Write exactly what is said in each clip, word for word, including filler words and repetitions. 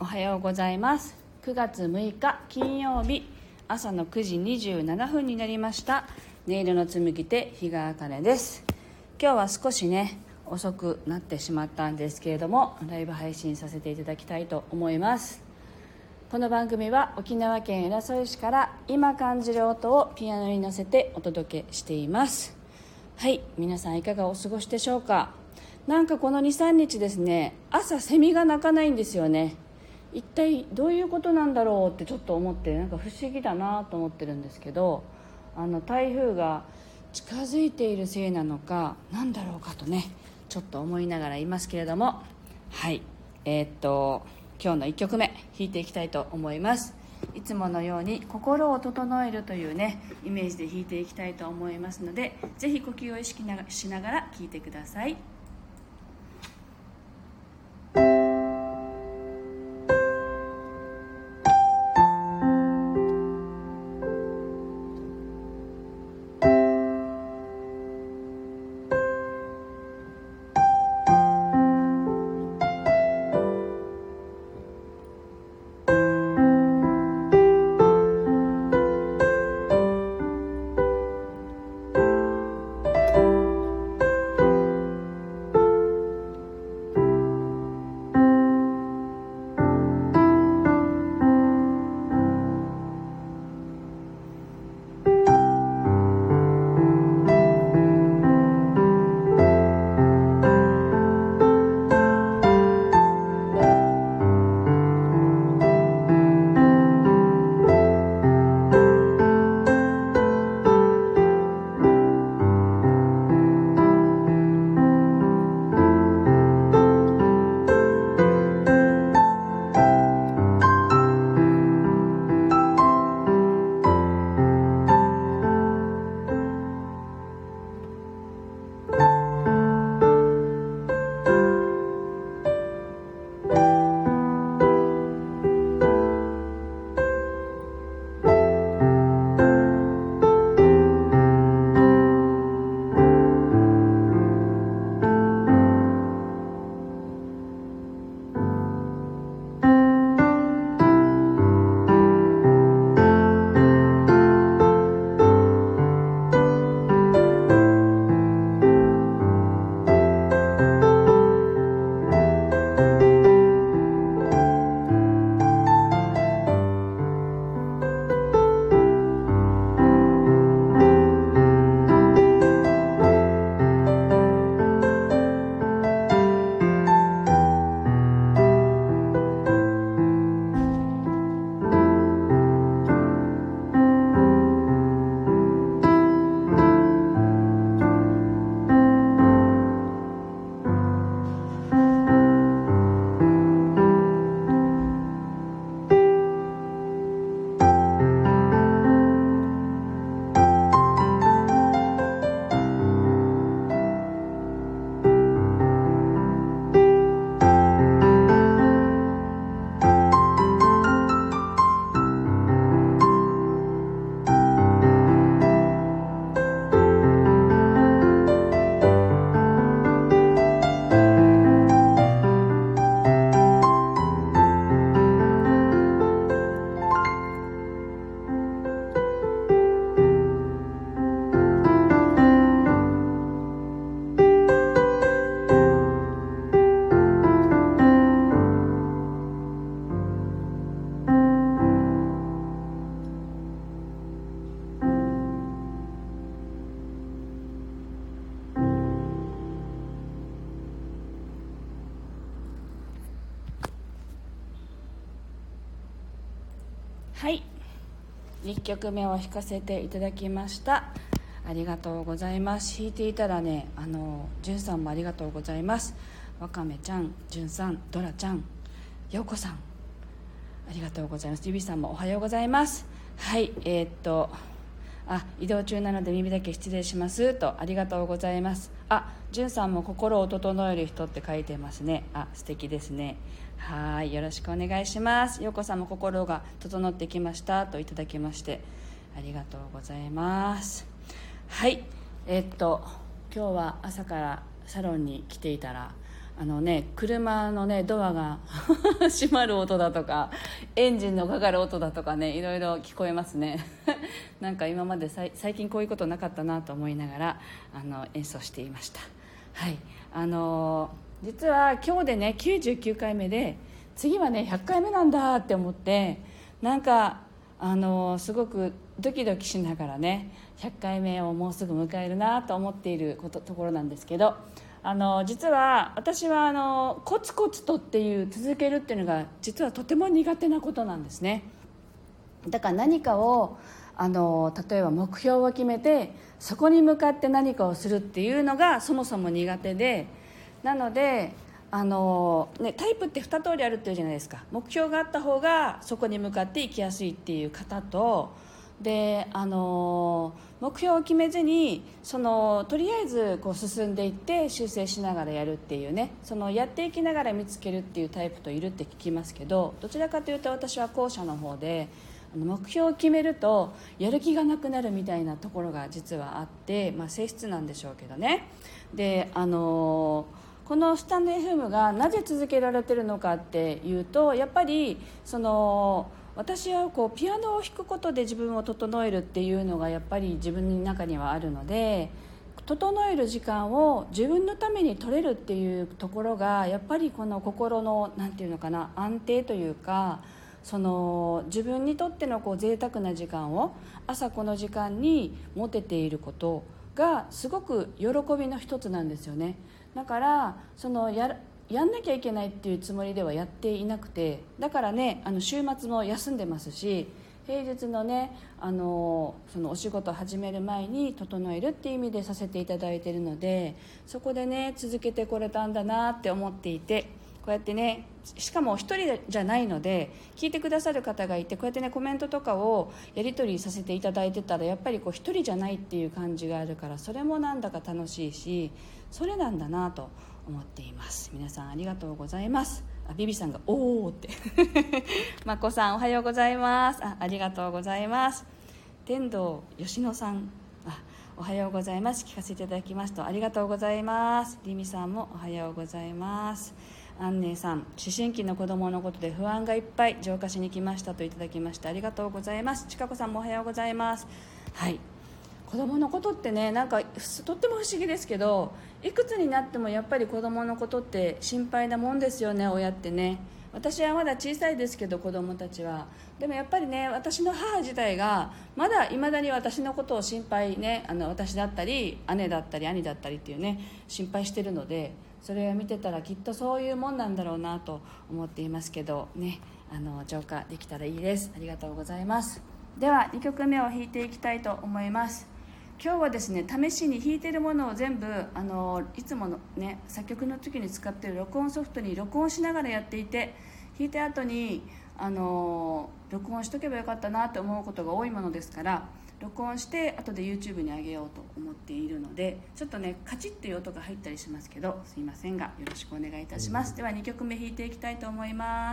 はようございます。くがつむいか金曜日、朝のくじにじゅうななふんになりました。音色の紡ぎ手、日川茜です。今日は少しね遅くなってしまったんですけれども、ライブ配信させていただきたいと思います。この番組は沖縄県浦添市から今感じる音をピアノに乗せてお届けしています。はい、皆さんいかがお過ごしでしょうか。なんかこの にさんにちですね、朝セミが鳴かないんですよね。一体どういうことなんだろうってちょっと思って、なんか不思議だなと思ってるんですけど、あの台風が近づいているせいなのかなんだろうかとね、ちょっと思いながらいますけれども、はいえー、っと今日のいっきょくめ弾いていきたいと思います。いつものように心を整えるというねイメージで弾いていきたいと思いますので、ぜひ呼吸を意識しながら弾いてください。はい、いっきょくめを弾かせていただきました。ありがとうございます。弾いていたらね、あのじゅんさんもありがとうございます。わかめちゃん、じゅんさん、ドラちゃん、ようこさん、ありがとうございます。ゆびさんもおはようございます。はいえー、っとあ移動中なので耳だけ失礼しますと、ありがとうございます。あ、じゅんさんも心を整える人って書いてますね。あ、素敵ですね。はい、よろしくお願いします。ようこさんも心が整ってきましたといただきましてありがとうございます。はいえー、っと今日は朝からサロンに来ていたら、 あのね、車のねドアが閉まる音だとかエンジンのかかる音だとかね、いろいろ聞こえますねなんか今までさい最近こういうことなかったなと思いながらあの演奏していました。はい、あのー、実は今日でねきゅうじゅうきゅうかいめで、次はねひゃっかいめなんだって思って、なんかあのー、すごくドキドキしながらねひゃっかいめをもうすぐ迎えるなと思っていることところなんですけど、あの実は私はあのコツコツとっていう続けるっていうのが実はとても苦手なことなんですね。だから何かをあの例えば目標を決めてそこに向かって何かをするっていうのがそもそも苦手で、なのであの、ね、タイプってに通りあるっていうじゃないですか。目標があった方がそこに向かっていきやすいっていう方と、であの目標を決めずにそのとりあえずこう進んでいって修正しながらやるっていうね、そのやっていきながら見つけるっていうタイプといるって聞きますけど、どちらかというと私は後者の方で、目標を決めるとやる気がなくなるみたいなところが実はあって、まあ、性質なんでしょうけどね。であのこのスタンド エフエム がなぜ続けられてるのかっていうと、やっぱりその私はこうピアノを弾くことで自分を整えるっていうのがやっぱり自分の中にはあるので、整える時間を自分のために取れるっていうところがやっぱりこの心のなんていうのかな、安定というか、その自分にとってのこう贅沢な時間を朝この時間に持てていることがすごく喜びの一つなんですよね。だからそのややんなきゃいけないっていうつもりではやっていなくて、だからねあの週末も休んでますし、平日のねあのそのお仕事始める前に整えるっていう意味でさせていただいているので、そこでね続けてこれたんだなって思っていて、こうやってね、しかも一人じゃないので聞いてくださる方がいて、こうやってねコメントとかをやり取りさせていただいてたら、やっぱりこう一人じゃないっていう感じがあるから、それもなんだか楽しいし、それなんだなと思っています。皆さんありがとうございます。あ、ビビさんがおーってまこさんおはようございます。 あ, ありがとうございます。天童吉野さん、あ、おはようございます。聞かせていただきますとありがとうございます。リミさんもおはようございます。アンネさん、思春期の子供のことで不安がいっぱい、浄化しに来ましたといただきました。ありがとうございます。ちかこさんもおはようございます。はい、子供のことってね、なんかとっても不思議ですけど、いくつになってもやっぱり子供のことって心配なもんですよね、親ってね。私はまだ小さいですけど子供たちは。でもやっぱりね、私の母自体がまだいまだに私のことを心配ね、あの私だったり姉だったり兄だったりっていうね心配してるので、それを見てたらきっとそういうもんなんだろうなと思っていますけどね、あの浄化できたらいいです。ありがとうございます。ではにきょくめを弾いていきたいと思います。今日はですね、試しに弾いているものを全部あのいつものね作曲の時に使っている録音ソフトに録音しながらやっていて、弾いた後にあの録音しとけばよかったなと思うことが多いものですから、録音して後で YouTube に上げようと思っているので、ちょっとねカチッという音が入ったりしますけどすいませんがよろしくお願いいたします。ではにきょくめ弾いていきたいと思います。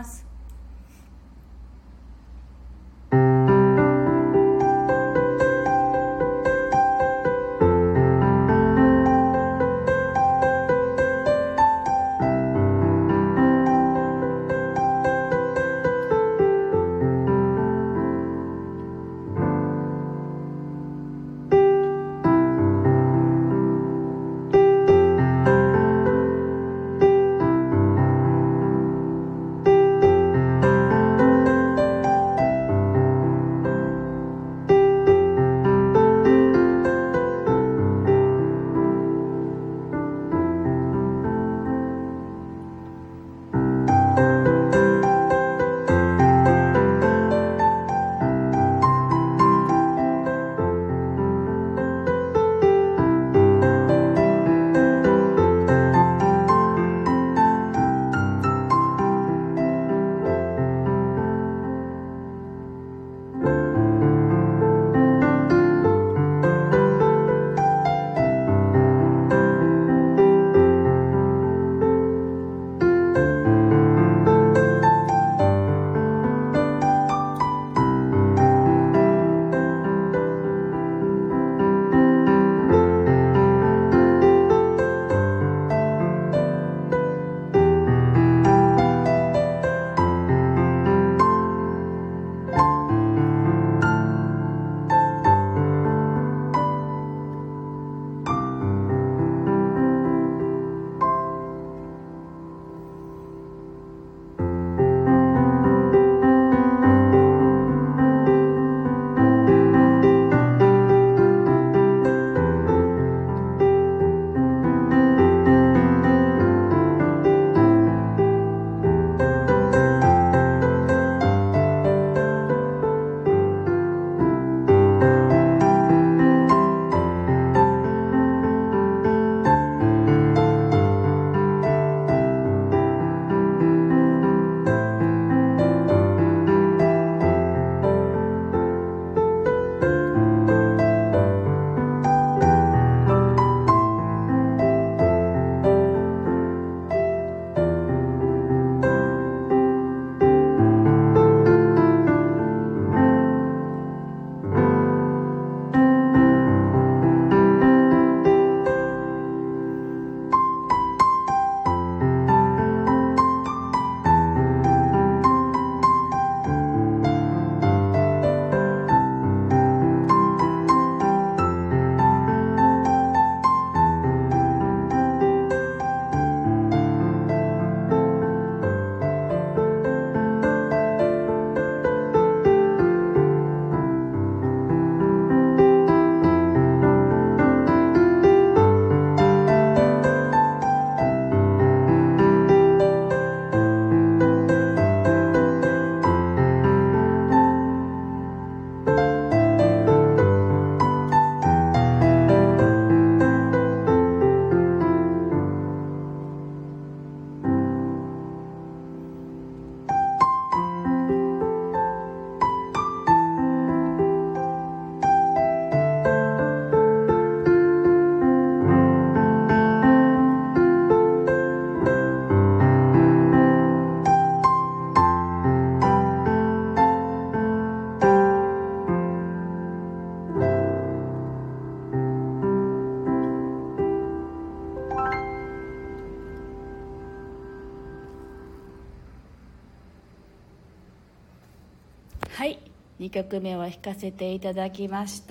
にきょくめを弾かせていただきました。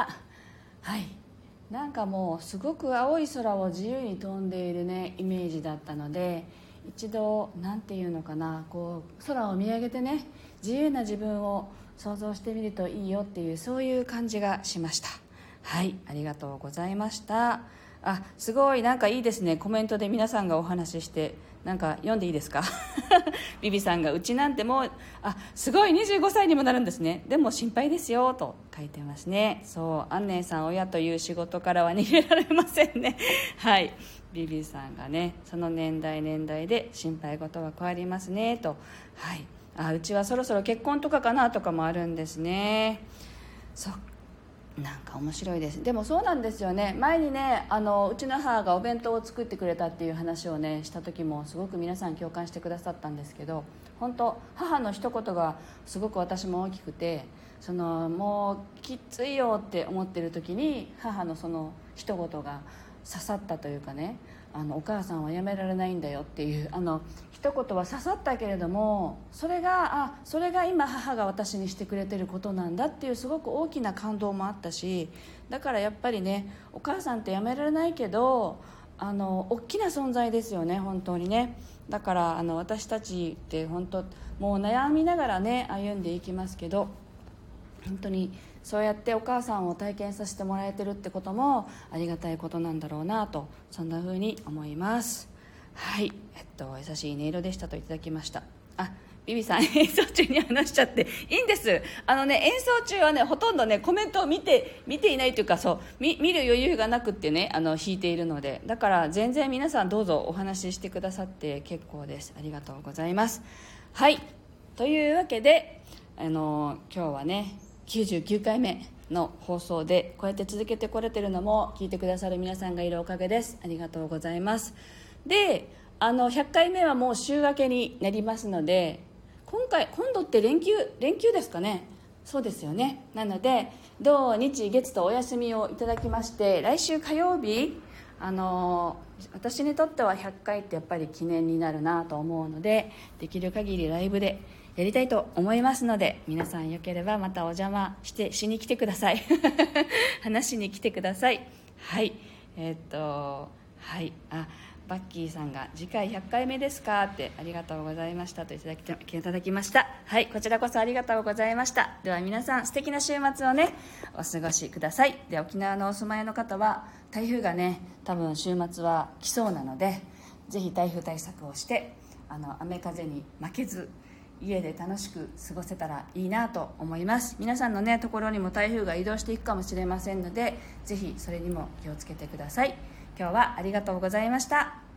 はい、なんかもうすごく青い空を自由に飛んでいるねイメージだったので、一度なんていうのかな、こう空を見上げてね自由な自分を想像してみるといいよっていう、そういう感じがしました。はい、ありがとうございました。あ、すごいなんかいいですね。コメントで皆さんがお話しして、なんか読んでいいですかビビさんが、うちなんてもうあすごいにじゅうごさいにもなるんですね、でも心配ですよと書いてますね。そう、アンネさん、親という仕事からは逃げられませんねはい、ビビさんがね、その年代年代で心配事は変わりますねと。はい、あ、うちはそろそろ結婚とかかなとかもあるんですね。そっなんか面白いです。でもそうなんですよね。前にね、あのうちの母がお弁当を作ってくれたっていう話をねした時も、すごく皆さん共感してくださったんですけど、本当母の一言がすごく私も大きくて、そのもうきついよって思ってる時に母のその一言が刺さったというかね、あのお母さんはやめられないんだよっていうあの一言は刺さったけれども、それがあそれが今母が私にしてくれてることなんだっていう、すごく大きな感動もあったし、だからやっぱりね、お母さんってやめられないけど、あの大きな存在ですよね、本当にね。だからあの私たちって本当もう悩みながらね歩んでいきますけど、本当にそうやってお母さんを体験させてもらえてるってこともありがたいことなんだろうなと、そんな風に思います。はい、えっと優しい音色でしたといただきました。あ、ビビさん演奏中に話しちゃっていいんです。あのね、演奏中はねほとんどねコメントを見て見ていないというか、そう見見る余裕がなくってね、あの弾いているので、だから全然皆さんどうぞお話ししてくださって結構です。ありがとうございます。はい、というわけで、あの今日はねきゅうじゅうきゅうかいめの放送でこうやって続けてこれてるのも聞いてくださる皆さんがいるおかげです。ありがとうございます。で、あのひゃっかいめはもう週明けになりますので、今回今度って連休連休ですかね。そうですよね。なので土日月とお休みをいただきまして、来週火曜日、あの私にとってはひゃっかいってやっぱり記念になるなと思うので、できる限りライブでやりたいと思いますので、皆さんよければまたお邪魔してしに来てください話しに来てください。はい、えー、っとはいあバッキーさんが次回ひゃっかいめですかって、ありがとうございましたといただきいただきました。はい、こちらこそありがとうございました。では皆さん素敵な週末をねお過ごしください。で、沖縄のお住まいの方は台風がね多分週末は来そうなので、ぜひ台風対策をして、あの雨風に負けず家で楽しく過ごせたらいいなと思います。皆さんのねところにも台風が移動していくかもしれませんので、ぜひそれにも気をつけてください。今日はありがとうございました。